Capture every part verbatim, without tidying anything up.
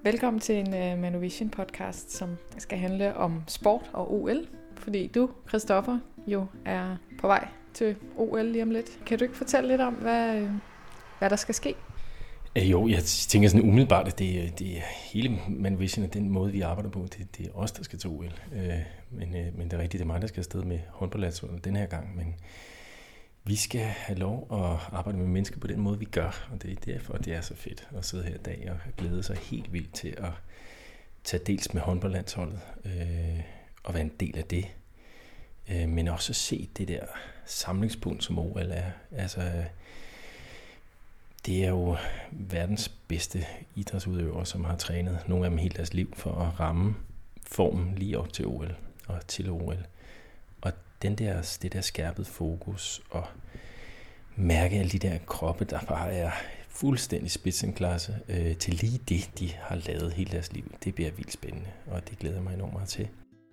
Velkommen til en uh, Manovision podcast, som skal handle om sport og O L. Fordi du, Christoffer, jo er på vej til O L lige om lidt. Kan du ikke fortælle lidt om, hvad, hvad der skal ske? Øh, jo, jeg tænker sådan umiddelbart, at det, det er hele Manovision og den måde, vi arbejder på. Det, det er os, der skal til O L. Øh, men, øh, men det er rigtigt, det er mig, der skal afsted med håndboldlandsholdet den her gang. Men vi skal have lov at arbejde med mennesker på den måde, vi gør. Og det er derfor, det er så fedt at sidde her i dag og glæde sig helt vildt til at tage dels med håndboldlandsholdet øh, og være en del af det. Øh, men også se det der samlingspunkt, som O L er. Altså, det er jo verdens bedste idrætsudøvere, som har trænet nogle af dem hele deres liv for at ramme formen lige op til O L og til O L. Og den der, det der skærpet fokus og mærke alle de der kroppe, der bare er fuldstændig spidsenklasse øh, til lige det, de har lavet hele deres liv. Det bliver vildt spændende, og det glæder mig enormt meget til.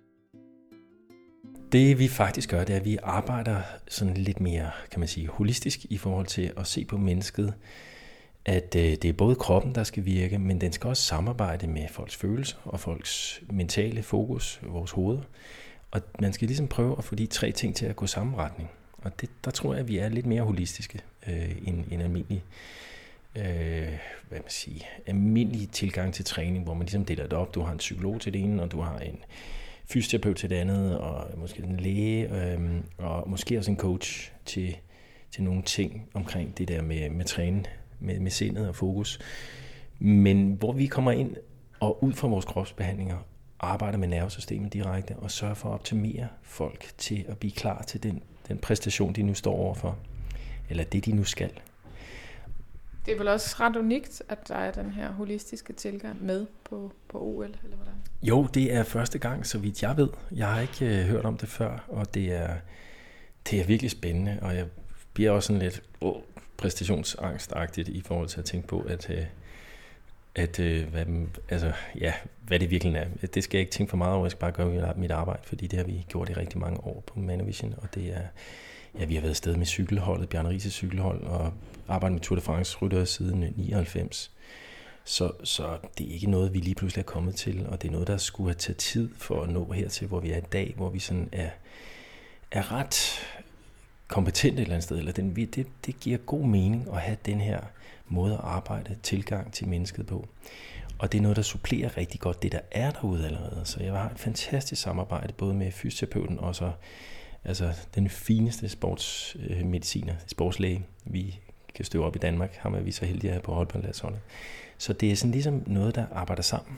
Det vi faktisk gør, det er, at vi arbejder sådan lidt mere, kan man sige, holistisk i forhold til at se på mennesket. At øh, det er både kroppen, der skal virke, men den skal også samarbejde med folks følelser og folks mentale fokus, vores hoveder. Og man skal ligesom prøve at få de tre ting til at gå samme retning. Og det, der tror jeg, at vi er lidt mere holistiske øh, end en almindelig, øh, hvad man siger, almindelig tilgang til træning, hvor man ligesom deler det op. Du har en psykolog til det ene, og du har en fysioterapeut til det andet, og måske en læge, øh, og måske også en coach til, til nogle ting omkring det der med, med træning, med, med sindet og fokus. Men hvor vi kommer ind og ud fra vores kropsbehandlinger, arbejder med nervesystemet direkte og sørger for at optimere folk til at blive klar til den, den præstation, de nu står overfor, eller det, de nu skal. Det er vel også ret unikt, at der er den her holistiske tilgang med på, på O L, eller hvordan? Jo, det er første gang, så vidt jeg ved. Jeg har ikke øh, hørt om det før, og det er, det er virkelig spændende, og jeg bliver også sådan lidt åh, præstationsangstagtigt i forhold til at tænke på, at øh, at øh, hvad, altså, ja, hvad det virkelig er. Det skal jeg ikke tænke for meget over, jeg skal bare gøre mit arbejde, fordi det har vi gjort i rigtig mange år på Manovision, og det er, ja, vi har været afsted med cykelholdet, Bjarne Riises cykelhold, og arbejdet med Tour de France ryttere siden nioghalvfems. Så, så det er ikke noget, vi lige pludselig er kommet til, og det er noget, der skulle have taget tid for at nå hertil, hvor vi er i dag, hvor vi sådan er, er ret kompetente et eller andet sted, eller den, det, det giver god mening at have den her måde at arbejde, tilgang til mennesket på. Og det er noget, der supplerer rigtig godt det, der er derude allerede. Så jeg har et fantastisk samarbejde, både med fysioterapeuten og så altså, den fineste sportsmediciner, sportslæge, vi kan støve op i Danmark. Ham er vi så heldige at have på håndboldlandsholdet. Så det er sådan ligesom noget, der arbejder sammen.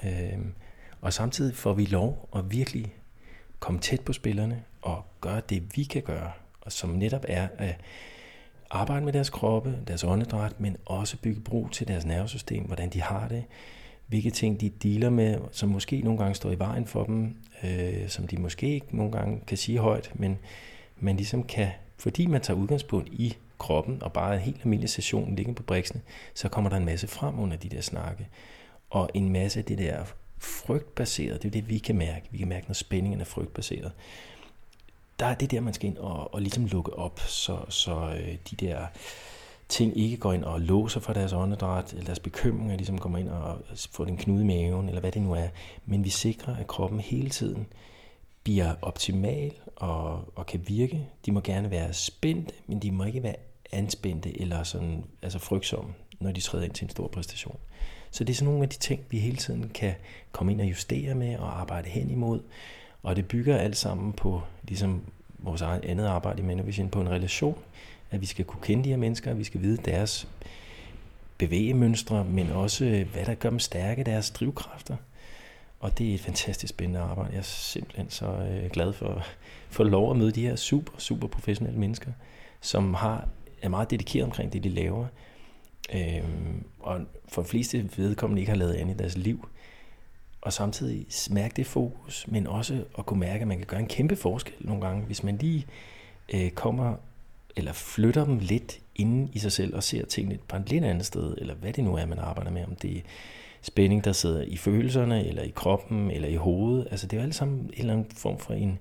Og samtidig får vi lov at virkelig komme tæt på spillerne og gøre det, vi kan gøre, og som netop er at arbejde med deres kroppe, deres åndedræt, men også bygge bro til deres nervesystem, hvordan de har det, hvilke ting de dealer med, som måske nogle gange står i vejen for dem, øh, som de måske ikke nogle gange kan sige højt, men man ligesom kan, fordi man tager udgangspunkt i kroppen, og bare en helt almindelig session ligger på briksene, så kommer der en masse frem under de der snakke, og en masse af det der frygtbaseret, det er det, vi kan mærke. Vi kan mærke, når spændingen er frygtbaseret. Der er det der, man skal ind og, og ligesom lukke op, så, så øh, de der ting ikke går ind og låser for deres åndedræt, eller deres bekymringer ligesom kommer ind og får den knude i maven, eller hvad det nu er. Men vi sikrer, at kroppen hele tiden bliver optimal og, og kan virke. De må gerne være spændte, men de må ikke være anspændte eller sådan, altså frygtsomme, når de træder ind til en stor præstation. Så det er sådan nogle af de ting, vi hele tiden kan komme ind og justere med og arbejde hen imod. Og det bygger alt sammen på, ligesom vores andet arbejde i Manovision, på en relation, at vi skal kunne kende de her mennesker, vi skal vide deres bevægemønstre, men også, hvad der gør dem stærke, deres drivkræfter. Og det er et fantastisk spændende arbejde. Jeg er simpelthen så øh, glad for, for lov at møde de her super, super professionelle mennesker, som har, er meget dedikeret omkring det, de laver. Øhm, og for de fleste vedkommende ikke har lavet andet i deres liv. Og samtidig mærke det fokus, men også at kunne mærke, at man kan gøre en kæmpe forskel nogle gange, hvis man lige øh, kommer eller flytter dem lidt inde i sig selv og ser tingene på et lidt andet sted, eller hvad det nu er, man arbejder med, om det er spænding, der sidder i følelserne, eller i kroppen, eller i hovedet. Altså det er jo alle sammen en eller anden form for en,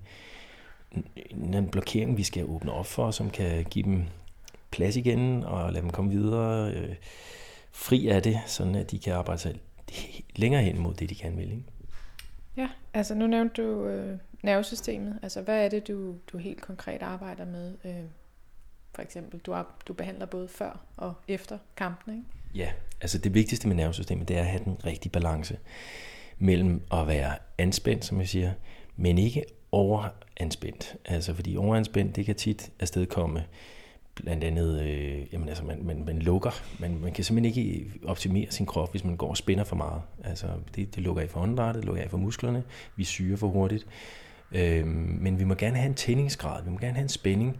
en, en blokering, vi skal åbne op for, som kan give dem plads igen, og lade dem komme videre, øh, fri af det, sådan at de kan arbejde sig længere hen mod det, de gerne vil. Ikke? Ja, altså nu nævnte du øh, nervesystemet. Altså hvad er det, du, du helt konkret arbejder med? Øh, for eksempel, du, har, du behandler både før og efter kampen, ikke? Ja, altså det vigtigste med nervesystemet, det er at have den rigtige balance mellem at være anspændt, som jeg siger, men ikke overanspændt. Altså fordi overanspændt, det kan tit afstedkomme blandt andet, øh, jamen altså man, man, man lukker, man, man kan simpelthen ikke optimere sin krop, hvis man går og spænder for meget. Altså det, det lukker af for åndedrættet, det lukker af for musklerne, vi syrer for hurtigt. Øh, men vi må gerne have en tændingsgrad, vi må gerne have en spænding,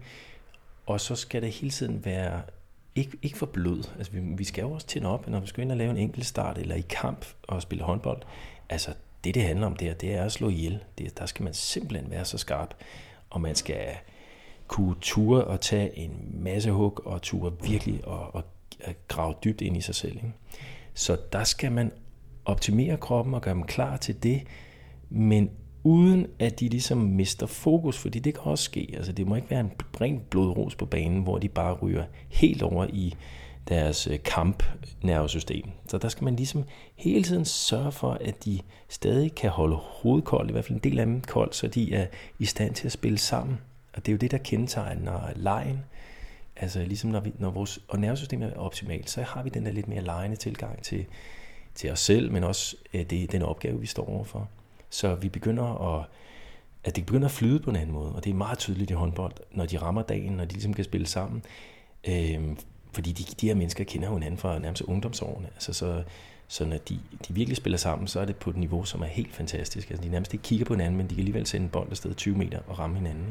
og så skal det hele tiden være ikke, ikke for blød. Altså vi, vi skal jo også tænde op, når vi skal ind og lave en enkelt start eller i kamp og spille håndbold. Altså det, det handler om der, det er at slå ihjel. Det, der skal man simpelthen være så skarp, og man skal kunne ture og tage en masse hug og ture virkelig og, og, og grave dybt ind i sig selv. Ikke? Så der skal man optimere kroppen og gøre dem klar til det, men uden at de ligesom mister fokus, fordi det kan også ske. Altså det må ikke være en ren blodros på banen, hvor de bare ryger helt over i deres kampnervesystem. Så der skal man ligesom hele tiden sørge for, at de stadig kan holde hovedet koldt, i hvert fald en del af dem koldt, så de er i stand til at spille sammen. Og det er jo det, der kendetegner legen. Altså ligesom når, vi, når vores og nervesystemet er optimalt, så har vi den der lidt mere legende tilgang til, til os selv, men også øh, det, den opgave, vi står overfor. Så vi begynder at, at det begynder at flyde på en anden måde, og det er meget tydeligt i håndbold, når de rammer dagen, når de ligesom kan spille sammen. Øh, fordi de, de her mennesker kender jo hinanden fra nærmest ungdomsårene. Altså så, så når de, de virkelig spiller sammen, så er det på et niveau, som er helt fantastisk. Altså de nærmest ikke kigger på hinanden, men de kan alligevel sende en bold afsted tyve meter og ramme hinanden.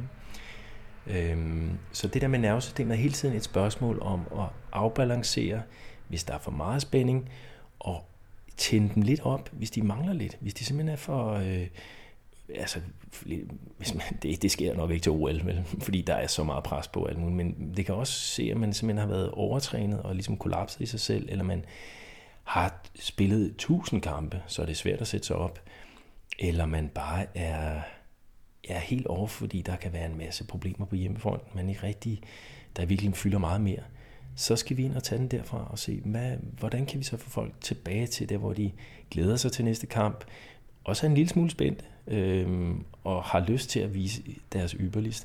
Ikke? Øhm, så det der med nervesystemet er hele tiden et spørgsmål om at afbalancere, hvis der er for meget spænding, og tænde dem lidt op, hvis de mangler lidt. Hvis de simpelthen er for... Øh, altså, hvis man, det, det sker nok ikke til O L, vel, fordi der er så meget pres på alt muligt, men det kan også se, at man simpelthen har været overtrænet og ligesom kollapset i sig selv, eller man har spillet tusind kampe, så er det svært at sætte sig op, eller man bare er, er helt over, fordi der kan være en masse problemer på hjemmefronten, man ikke rigtig, der virkelig fylder meget mere. Så skal vi ind og tage den derfra og se, hvad, hvordan kan vi så få folk tilbage til der, hvor de glæder sig til næste kamp, også er en lille smule spændt, øhm, og har lyst til at vise deres ypperligste.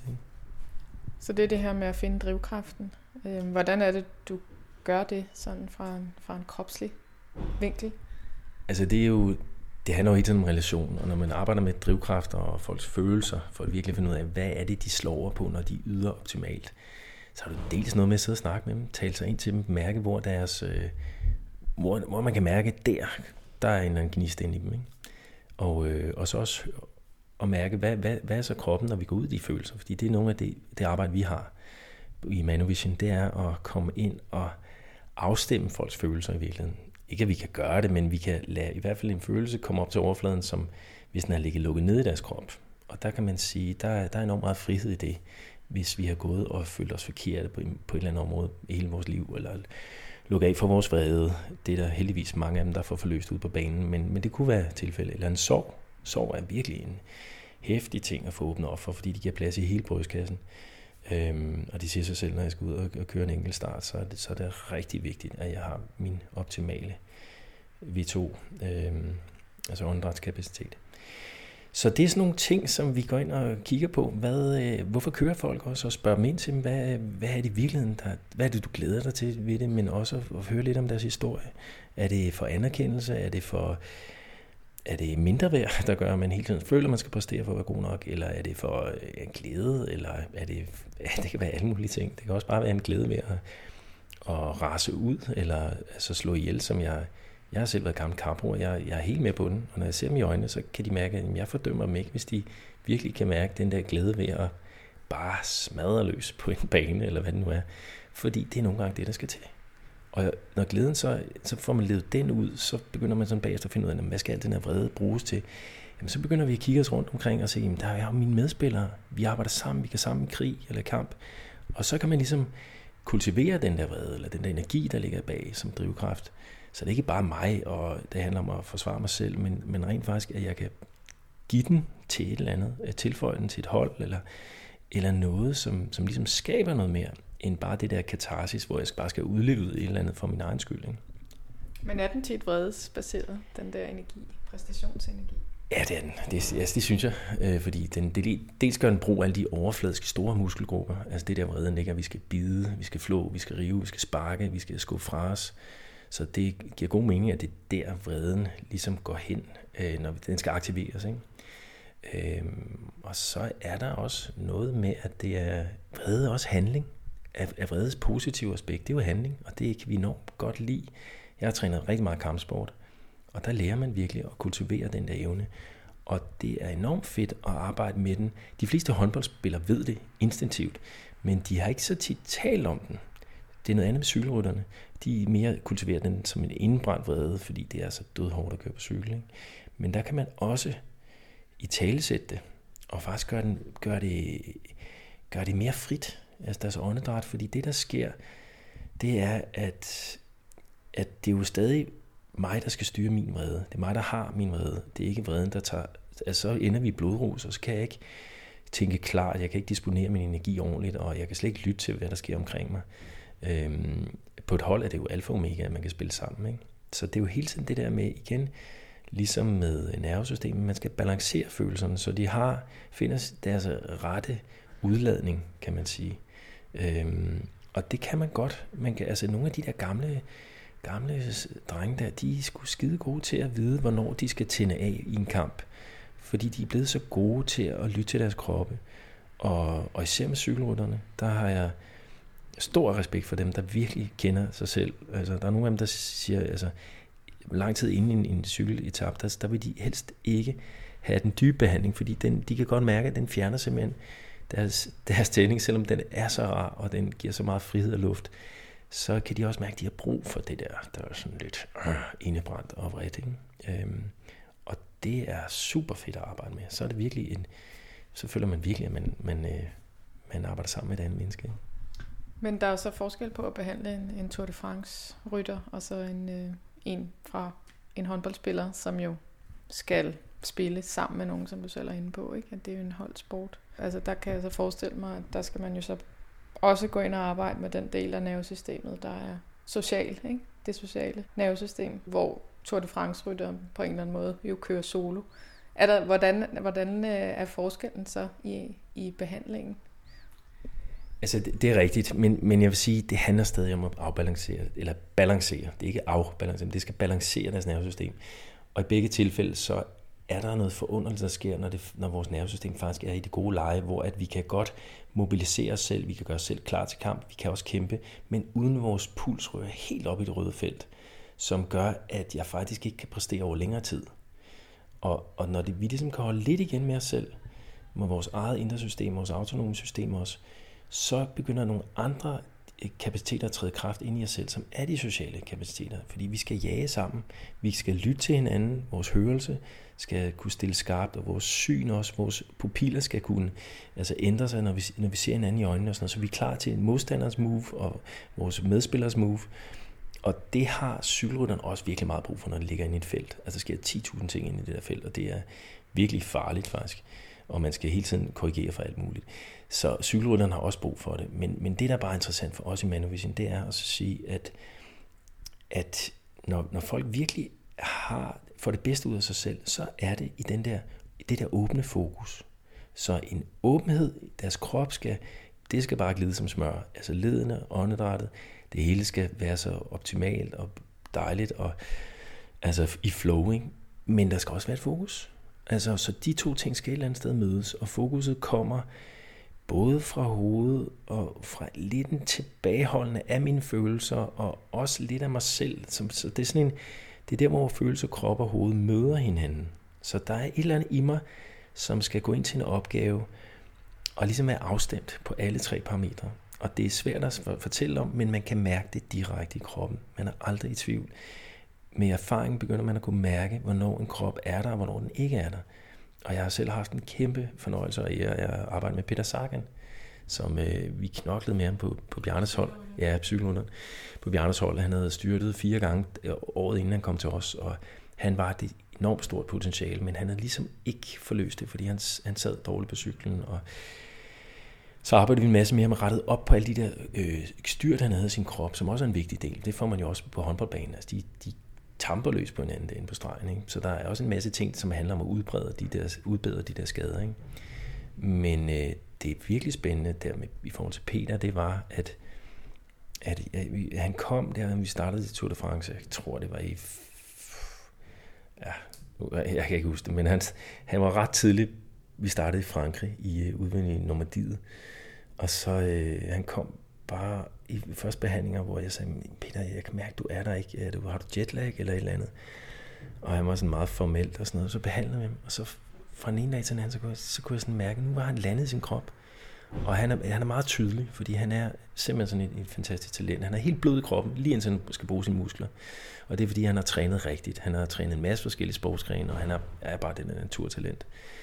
Så det er det her med at finde drivkraften. Øhm, hvordan er det, du gør det sådan fra en, fra en kropslig vinkel? Altså det er jo, det handler jo hele tiden om relation, og når man arbejder med drivkræfter og folks følelser, for at virkelig finde ud af, hvad er det, de slår over på, når de yder optimalt, så har du dels noget med at sidde og snakke med dem, tale sig ind til dem, mærke, hvor deres, øh, hvor, hvor man kan mærke, der, der er en eller anden gnist inde i dem, ikke? Og, øh, og så også at mærke, hvad, hvad, hvad er så kroppen, når vi går ud i de følelser? Fordi det er nogle af det, det arbejde, vi har i Manovision, det er at komme ind og afstemme folks følelser i virkeligheden. Ikke at vi kan gøre det, men vi kan lade i hvert fald en følelse komme op til overfladen, som hvis den har ligget lukket ned i deres krop. Og der kan man sige, der, der er enormt meget frihed i det, hvis vi har gået og følt os forkerte på, på et eller andet område i hele vores liv, eller lukke af for vores vrede. Det er der heldigvis mange af dem, der får forløst ud på banen, men, men det kunne være tilfælde. Eller en sorg. Sorg er virkelig en hæftig ting at få åbnet op for, fordi de giver plads i hele brystkassen. Øhm, og de siger sig selv, når jeg skal ud og, og køre en enkelt start, så er, det, så er det rigtig vigtigt, at jeg har min optimale V to, øhm, altså åndedrætskapacitet. Så det er sådan nogle ting, som vi går ind og kigger på. Hvad, øh, hvorfor kører folk også og spørger dem ind til dem? Hvad, hvad er det i virkeligheden? Der, hvad er det, du glæder dig til ved det? Men også at, at høre lidt om deres historie. Er det for anerkendelse? Er det for er det mindre værd, der gør, at man hele tiden føler, at man skal præstere for at være god nok? Eller er det for øh, en glæde? Eller er det... Ja, det kan være alle mulige ting. Det kan også bare være en glæde ved at, at rase ud, eller altså slå ihjel, som jeg... Jeg har selv været gammel kampro, og jeg, jeg er helt med på den. Og når jeg ser dem i øjnene, så kan de mærke, at jeg fordømmer dem ikke, hvis de virkelig kan mærke den der glæde ved at bare smadre løs på en bane, eller hvad det nu er. Fordi det er nogle gange det, der skal til. Og når glæden så, så får man levet den ud, så begynder man sådan bagefter at finde ud af, hvad skal al den her vrede bruges til? Jamen, så begynder vi at kigge os rundt omkring og se, jamen, der er jo mine medspillere, vi arbejder sammen, vi kan sammen i krig eller kamp. Og så kan man ligesom kultivere den der vrede, eller den der energi, der ligger bag som drivkraft. Så det er ikke bare mig, og det handler om at forsvare mig selv, men, men rent faktisk, at jeg kan give den til et eller andet, tilføje den til et hold, eller, eller noget, som, som ligesom skaber noget mere, end bare det der katarsis, hvor jeg bare skal udleve et eller andet for min egen skyld. Ikke? Men er den tit vredesbaseret, den der energi, præstationsenergi? Ja, det er den. Det, altså, det synes jeg, øh, fordi den, det, dels gør den brug af alle de overfladiske store muskelgrupper, altså det der vreden ligger, vi skal bide, vi skal flå, vi skal rive, vi skal sparke, vi skal skubbe fra os. Så det giver god mening, at det er der vreden ligesom går hen, øh, når den skal aktiveres, ikke? Øhm, og så er der også noget med, at det er vrede også handling. Er, er vredes positive aspekt, det er jo handling, og det kan vi enormt godt lide. Jeg har trænet rigtig meget kampsport, og der lærer man virkelig at kultivere den der evne. Og det er enormt fedt at arbejde med den. De fleste håndboldspillere ved det instinktivt, men de har ikke så tit talt om den. Det er noget andet med cykelrytterne. De mere kultiverer den som en indbrændt vrede, fordi det er så dødhårdt at køre på cykel, ikke? Men der kan man også italesætte det, og faktisk gøre, den, gøre, det, gøre det mere frit, altså deres åndedræt, fordi det der sker, det er, at, at det er jo stadig mig, der skal styre min vrede. Det er mig, der har min vrede. Det er ikke vreden, der tager... Altså, så ender vi i blodrus, og så kan jeg ikke tænke klart, jeg kan ikke disponere min energi ordentligt, og jeg kan slet ikke lytte til, hvad der sker omkring mig. Øhm, på et hold er det jo alfa og omega, at man kan spille sammen, ikke? Så det er jo hele tiden det der med, igen, ligesom med nervesystemet, man skal balancere følelserne, så de har, finder deres rette udladning, kan man sige. Øhm, og det kan man godt. Man kan, altså nogle af de der gamle, gamle drenge der, de er sgu skide gode til at vide, hvornår de skal tænde af i en kamp. Fordi de er blevet så gode til at lytte til deres kroppe. Og, og især med cykelrytterne, der har jeg stor respekt for dem, der virkelig kender sig selv. Altså, der er nogle af dem, der siger, altså, lang tid inden en, en cykeletape, der, der vil de helst ikke have den dybe behandling, fordi den, de kan godt mærke, at den fjerner simpelthen deres, deres tænding, selvom den er så rar, og den giver så meget frihed og luft, så kan de også mærke, at de har brug for det der, der er sådan lidt øh, indebrændt og vredt, ikke? Øhm, og det er super fedt at arbejde med. Så er det virkelig en, så føler man virkelig, at man, man, øh, man arbejder sammen med et andet menneske. Men der er jo så forskel på at behandle en, en Tour de France-rytter, og så en, øh, en fra en håndboldspiller, som jo skal spille sammen med nogen, som du selv er inde på, ikke? At det er jo en holdsport. Altså der kan jeg så forestille mig, at der skal man jo så også gå ind og arbejde med den del af nervesystemet, der er social, ikke? Det sociale nervesystem, hvor Tour de France-rytter på en eller anden måde jo kører solo. Er der, hvordan, hvordan er forskellen så i, i behandlingen? Altså, det, det er rigtigt, men, men jeg vil sige, det handler stadig om at afbalancere, eller balancere. Det er ikke afbalancere, men det skal balancere deres nervesystem. Og i begge tilfælde, så er der noget forunderligt, der sker, når, det, når vores nervesystem faktisk er i det gode leje, hvor at vi kan godt mobilisere os selv, vi kan gøre os selv klar til kamp, vi kan også kæmpe, men uden vores puls rører helt op i det røde felt, som gør, at jeg faktisk ikke kan præstere over længere tid. Og, og når det, vi ligesom kan holde lidt igen med os selv, med vores eget indre system, vores autonome system også, så begynder nogle andre kapaciteter at træde kraft ind i os selv, som er de sociale kapaciteter. Fordi vi skal jage sammen, vi skal lytte til hinanden, vores hørelse skal kunne stille skarpt, og vores syn også, vores pupiller skal kunne altså ændre sig, når vi, når vi ser hinanden i øjnene og sådan noget, så vi er klar til modstanders move og vores medspillers move. Og det har cykelrytteren også virkelig meget brug for, når det ligger inde i et felt. Altså der sker ti tusind ting inde i det der felt, og det er virkelig farligt faktisk. Og man skal hele tiden korrigere for alt muligt. Så cykelrytteren har også brug for det. Men, men det, der er bare interessant for os i Manovision, det er at sige, at, at når, når folk virkelig har, får det bedste ud af sig selv, så er det i den der, det der åbne fokus. Så en åbenhed, deres krop skal, det skal bare glide som smør. Altså ledene, åndedrættet, det hele skal være så optimalt og dejligt og altså i flow, ikke? Men der skal også være et fokus. Altså, så de to ting skal et eller andet sted mødes, og fokuset kommer både fra hovedet og fra lidt en tilbageholdende af mine følelser, og også lidt af mig selv. Så det er sådan en, det er der, hvor følelser, krop og hoved møder hinanden. Så der er et eller andet i mig, som skal gå ind til en opgave, og ligesom være afstemt på alle tre parametre. Og det er svært at fortælle om, men man kan mærke det direkte i kroppen. Man er aldrig i tvivl. Med erfaring begynder man at kunne mærke, hvornår en krop er der, og hvornår den ikke er der. Og jeg har selv haft en kæmpe fornøjelse af at arbejde med Peter Sagan, som øh, vi knoklede med ham på, på Bjarnes hold. Ja, psykologerne. På Bjarnes hold. Han havde styrtet fire gange året inden han kom til os, og han var et enormt stort potentiale, men han havde ligesom ikke forløst det, fordi han, han sad dårligt på cyklen, og så arbejdede vi en masse mere med rettet op på alle de der øh, styrt, han havde i sin krop, som også er en vigtig del. Det får man jo også på håndboldbanen. Altså, de, de tamper løs på hinanden derinde på stregen. Ikke? Så der er også en masse ting, som handler om at udbrede de der, udbedre de der skader. Ikke? Men øh, det er virkelig spændende der med, i forhold til Peter, det var, at, at, at vi, han kom der, vi startede i Tour de France, jeg tror det var i, ja, jeg kan ikke huske det, men han, han var ret tidligt, vi startede i Frankrig, i udvinding i Normandiet, og så øh, han kom bare i første behandlinger, hvor jeg sagde, Peter, jeg kan mærke, du er der ikke, er du, har du jetlag eller et eller andet? Og han var sådan meget formelt og sådan noget, så behandlede vi ham, og så fra den ene dag til den anden, så kunne jeg, så kunne jeg sådan mærke, nu var han landet i sin krop. Og han er, han er meget tydelig, fordi han er simpelthen sådan et, et fantastisk talent. Han er helt blød i kroppen, lige indtil han skal bruge sine muskler. Og det er fordi, han har trænet rigtigt. Han har trænet en masse forskellige sportsgrene, og han er, er bare den naturtalent.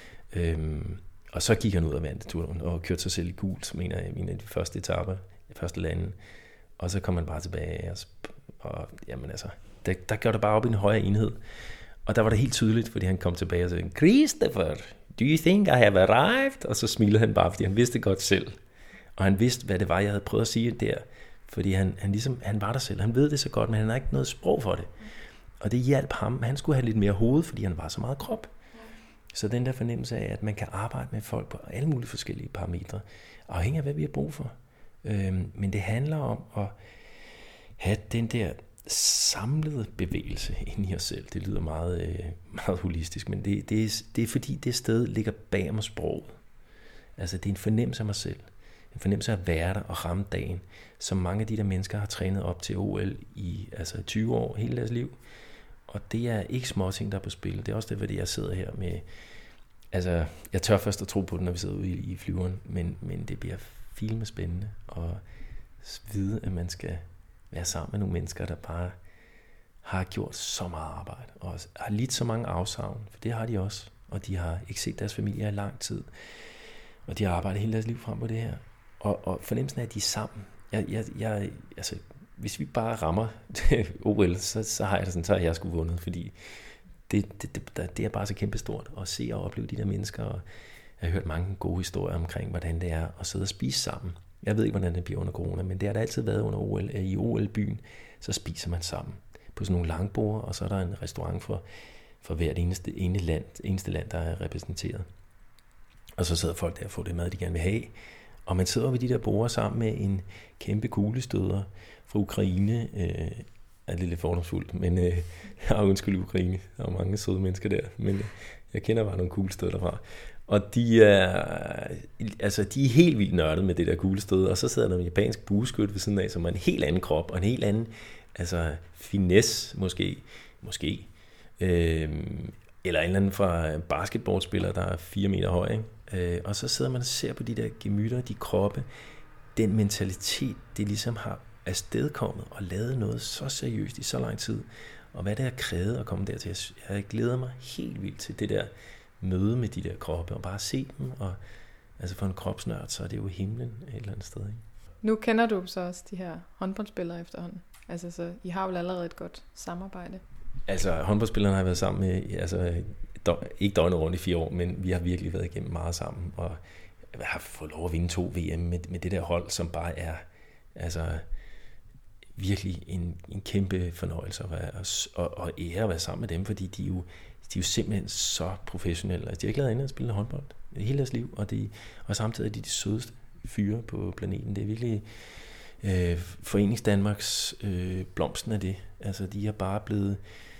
Øhm, og så gik han ud og vandt turen, og kørte sig selv i gult, som en af, en af de første etaper, de første lande. Og så kom han bare tilbage, og, og jamen altså, der, der gjorde det bare op i en højere enhed. Og der var det helt tydeligt, fordi han kom tilbage og sagde, Christopher, do you think I have arrived? Og så smilede han bare, fordi han vidste godt selv. Og han vidste, hvad det var, jeg havde prøvet at sige der. Fordi han, han, ligesom, han var der selv. Han ved det så godt, men han har ikke noget sprog for det. Og det hjalp ham. Han skulle have lidt mere hoved, fordi han var så meget krop. Så den der fornemmelse af, at man kan arbejde med folk på alle mulige forskellige parametre, afhængig af, hvad vi har brug for. Øhm, men det handler om at have den der samlede bevægelse ind i os selv. Det lyder meget, øh, meget holistisk, men det, det, er, det er fordi det sted ligger bag om sproget. Altså det er en fornemmelse af mig selv. En fornemmelse af at være der og ramme dagen, som mange af de der mennesker har trænet op til O L i altså tyve år, hele deres liv. Og det er ikke små ting, der er på spil. Det er også det, fordi jeg sidder her med, altså jeg tør først at tro på det, når vi sidder ude i, i flyveren, men, men det bliver filme spændende og vide, at man skal være sammen med nogle mennesker, der bare har gjort så meget arbejde, og har lidt så mange afsavn, for det har de også, og de har ikke set deres familie i lang tid, og de har arbejdet hele deres liv frem på det her, og, og fornemmelsen af, at de er sammen. Jeg, jeg, jeg, altså, hvis vi bare rammer O L, så, så har jeg det sådan, så har jeg sgu vundet, fordi det, det, det, det er bare så kæmpestort at se og opleve de der mennesker, og jeg har hørt mange gode historier omkring, hvordan det er at sidde og spise sammen. Jeg ved ikke, hvordan det bliver under corona, men det har der altid været under O L. I O L-byen, så spiser man sammen på sådan nogle langborde, og så er der en restaurant for, for hvert eneste, ene land, eneste land, der er repræsenteret. Og så sidder folk der og får det mad, de gerne vil have. Og man sidder ved de der borde sammen med en kæmpe kuglestøder fra Ukraine. Øh, er det lidt fordomsfuldt, men øh, jeg har undskyld Ukraine. Der er mange søde mennesker der, men øh, jeg kender bare nogle kuglestøder derfra. Og de er, altså, de er helt vildt nørdet med det der kuglestød, og så sidder der en japansk bueskytte ved siden af, som er en helt anden krop, og en helt anden altså, finesse måske, måske. Øhm, eller en eller anden fra basketballspiller, der er fire meter høj. Ikke? Øh, og så sidder man og ser på de der gemytter, de kroppe, den mentalitet, det ligesom har afstedkommet og lavet noget så seriøst i så lang tid, og hvad det har krævet at komme dertil. Jeg glæder mig helt vildt til det der møde med de der kroppe, og bare se dem, og altså for en kropsnørd, så er det jo himlen et eller andet sted. Ikke? Nu kender du så også de her håndboldspillere efterhånden. Altså, så I har vel allerede et godt samarbejde? Altså, håndboldspillerne har været sammen med, altså, ikke døgnet rundt i fire år, men vi har virkelig været igennem meget sammen, og jeg har fået lov at vinde to V M med, med det der hold, som bare er, altså, virkelig en, en kæmpe fornøjelse at være, og, og ære at være sammen med dem, fordi de er jo De er jo simpelthen så professionelle. Altså, de har ikke lavet andet end at spille håndbold i hele deres liv, og, de, og samtidig er de de sødeste fyre på planeten. Det er virkelig øh, Forenings Danmarks øh, blomsten af det. Altså, de er bare blevet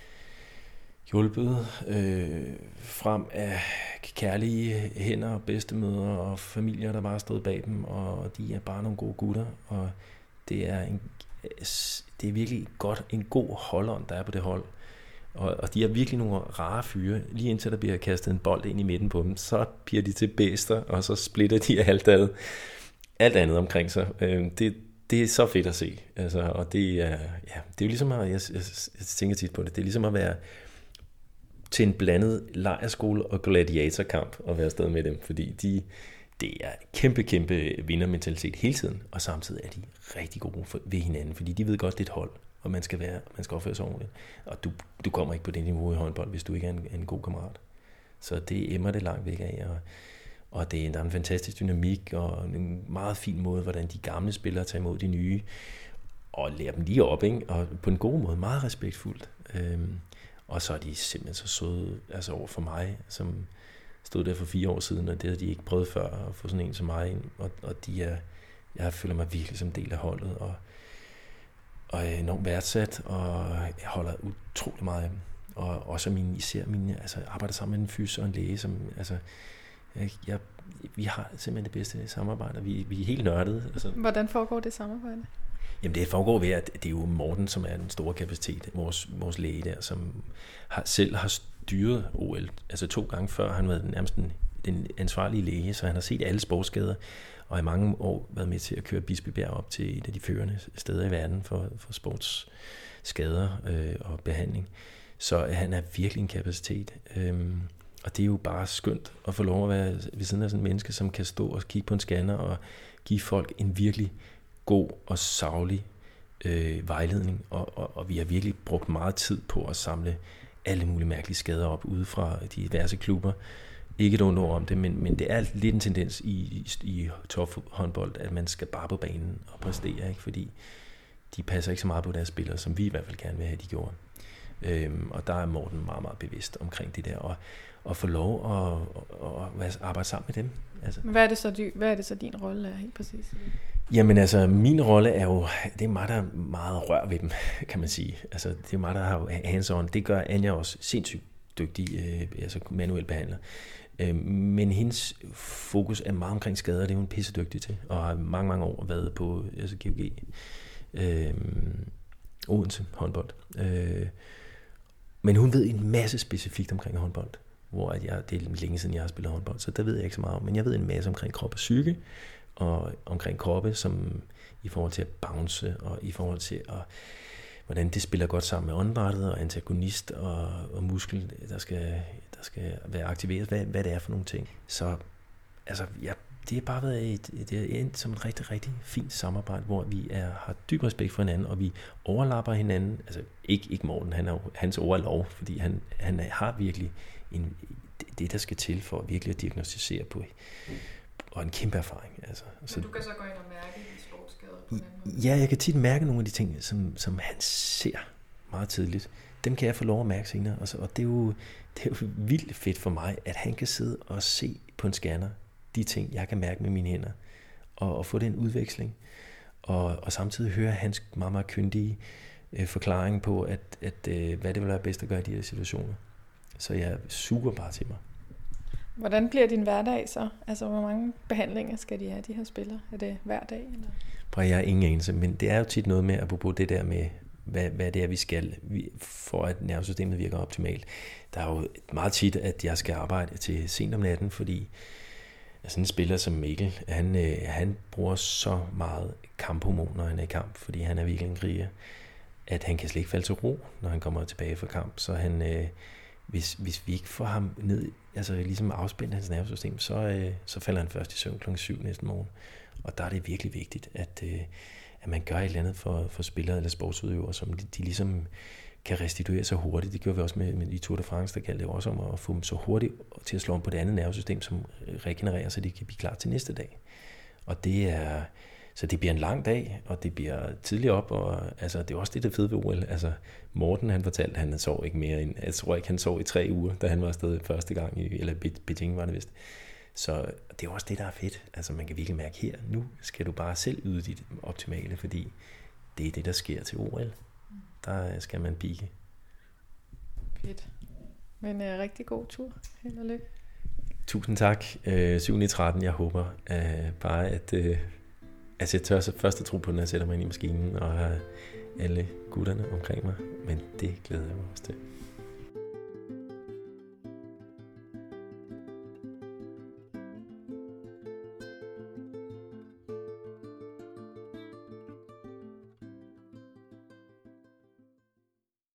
hjulpet øh, frem af kærlige hænder og bedstemødre og familier, der bare har stået bag dem, og de er bare nogle gode gutter, og det er, en, det er virkelig godt, en god holdånd, der er på det hold. Og, og de er virkelig nogle rare fyre. Lige indtil der bliver kastet en bold ind i midten på dem, så bliver de til bæster, og så splitter de alt andet, alt andet omkring sig. Det, det er så fedt at se. Altså, og det er, ja, det er jo ligesom at, jeg, jeg, jeg tænker tit på det, det er ligesom at være til en blandet lejrskole og gladiatorkamp og være afsted med dem, fordi de, det er kæmpe, kæmpe vindermentalitet hele tiden, og samtidig er de rigtig gode for, ved hinanden, fordi de ved godt, det er et hold, og man skal være, man skal opføre sig ordentligt. Og du, du kommer ikke på det niveau i håndbold, hvis du ikke er en, en god kammerat. Så det emmer det langt væk af, og, og det, der er en fantastisk dynamik, og en meget fin måde, hvordan de gamle spillere tager imod de nye, og lærer dem lige op, ikke? Og på en god måde, meget respektfuldt. Øhm, og så er de simpelthen så søde altså over for mig, som stod der for fire år siden, og det havde de ikke prøvet før at få sådan en som mig ind. Og, og de er, jeg føler mig virkelig som del af holdet, og, og er enormt værdsat, og jeg holder utrolig meget af dem. Og også min, især mine, altså jeg arbejder sammen med en fys og en læge, som, altså, jeg, jeg, vi har simpelthen det bedste samarbejde, vi, vi er helt nørdede. Altså. Hvordan foregår det samarbejde? Jamen det foregår ved, at det er jo Morten, som er den store kapacitet, vores, vores læge der, som har, selv har styret O L, altså to gange før, han var nærmest den, den ansvarlige læge, så han har set alle sportsskader, og i mange år været med til at køre Bispebjerg op til et af de førende steder i verden for, for sportsskader øh, og behandling. Så han er virkelig en kapacitet, øhm, og det er jo bare skønt at få lov at være ved siden af sådan en menneske, som kan stå og kigge på en scanner og give folk en virkelig god og saglig øh, vejledning, og, og, og vi har virkelig brugt meget tid på at samle alle mulige mærkelige skader op ude fra de diverse klubber. Ikke et ondt ord om det, men, men det er lidt en tendens i, i, i tophåndbold, at man skal bare på banen og præstere, ikke? Fordi de passer ikke så meget på deres spillere, som vi i hvert fald gerne vil have, de gjorde. Øhm, og der er Morten meget, meget bevidst omkring det der, og, og få lov at, at arbejde sammen med dem. Altså. Men hvad er det så, dy- hvad er det så din rolle er helt præcis? Jamen altså, min rolle er jo, det er mig, der er meget rør ved dem, kan man sige. Altså, det er mig, der har hands-on. Det gør Anja også sindssygt dygtig, øh, altså manuel behandler. Øh, men hendes fokus er meget omkring skader, det er hun pissedygtig til, og har mange, mange år været på altså G O G, øh, Odense håndbold. Øh, men hun ved en masse specifikt omkring håndbold, hvor at jeg, det er længe siden, jeg har spillet håndbold, så der ved jeg ikke så meget om, men jeg ved en masse omkring krop og psyke, og omkring kroppe, som i forhold til at bounce, og i forhold til at, hvordan det spiller godt sammen med åndedrættet, og antagonist, og, og muskel, der skal, der skal være aktiveret, hvad, hvad det er for nogle ting. Så altså, ja, det har bare været et, det er endt som et rigtig, rigtig fint samarbejde, hvor vi er, har dyb respekt for hinanden, og vi overlapper hinanden. Altså, ikke, ikke Morten, han er, hans ord er lov, fordi han, han har virkelig en, det, der skal til for virkelig at diagnostisere på, og en kæmpe erfaring. Altså. Så du kan så gå ind og mærke de sportsskader på den måde? Ja, jeg kan tit mærke nogle af de ting, som, som han ser meget tidligt. Dem kan jeg få lov at mærke senere, og, så, og det, er jo, det er jo vildt fedt for mig, at han kan sidde og se på en scanner de ting, jeg kan mærke med mine hænder, og, og få den udveksling, og, og samtidig høre hans meget, meget kyndige øh, forklaring på, at, at øh, hvad det vil være bedst at gøre i de her situationer. Så jeg suger bare til mig. Hvordan bliver din hverdag så? Altså, hvor mange behandlinger skal de have, de her spillere? Er det hver dag? Eller? Prøv, jeg har ingen anelse, men det er jo tit noget med, apropos det der med, hvad, hvad det er, vi skal, for at nervesystemet virker optimalt. Der er jo meget tit, at jeg skal arbejde til sent om natten, fordi sådan en spiller som Mikkel, han, øh, han bruger så meget kamphormon, når han er i kamp, fordi han er virkelig en kriger, at han kan slet ikke falde til ro, når han kommer tilbage fra kamp. Så han, øh, hvis, hvis vi ikke får ham ned, altså ligesom afspændt hans nervesystem, så, øh, så falder han først i søvn klokken syv næste morgen. Og der er det virkelig vigtigt, at, øh, at man gør et eller andet for, for spillere eller sportsudøvere, som de, de ligesom kan restituere så hurtigt. Det gør vi også med, med i Tour de France, der gælder det også om at få dem så hurtigt til at slå om på det andet nervesystem, som regenererer, så de kan blive klar til næste dag. Og det er, så det bliver en lang dag, og det bliver tidligt op, og altså, det er også det, der fede ved O L. Altså, Morten, han fortalte, at han sov ikke mere end, jeg tror ikke, han sov i tre uger, da han var afsted første gang, i, eller Beijing var det vist. Så det er også det, der er fedt. Altså, man kan virkelig mærke her, nu skal du bare selv yde dit optimale, fordi det er det, der sker til O L. Der skal man pike. Fedt. Men uh, rigtig god tur. Held og lykke. Tusind tak. Øh, syv i tretten. Jeg håber uh, bare, at uh, altså, jeg tør så først at tro på, når jeg sætter mig ind i maskinen og har alle gutterne omkring mig. Men det glæder jeg mig også til.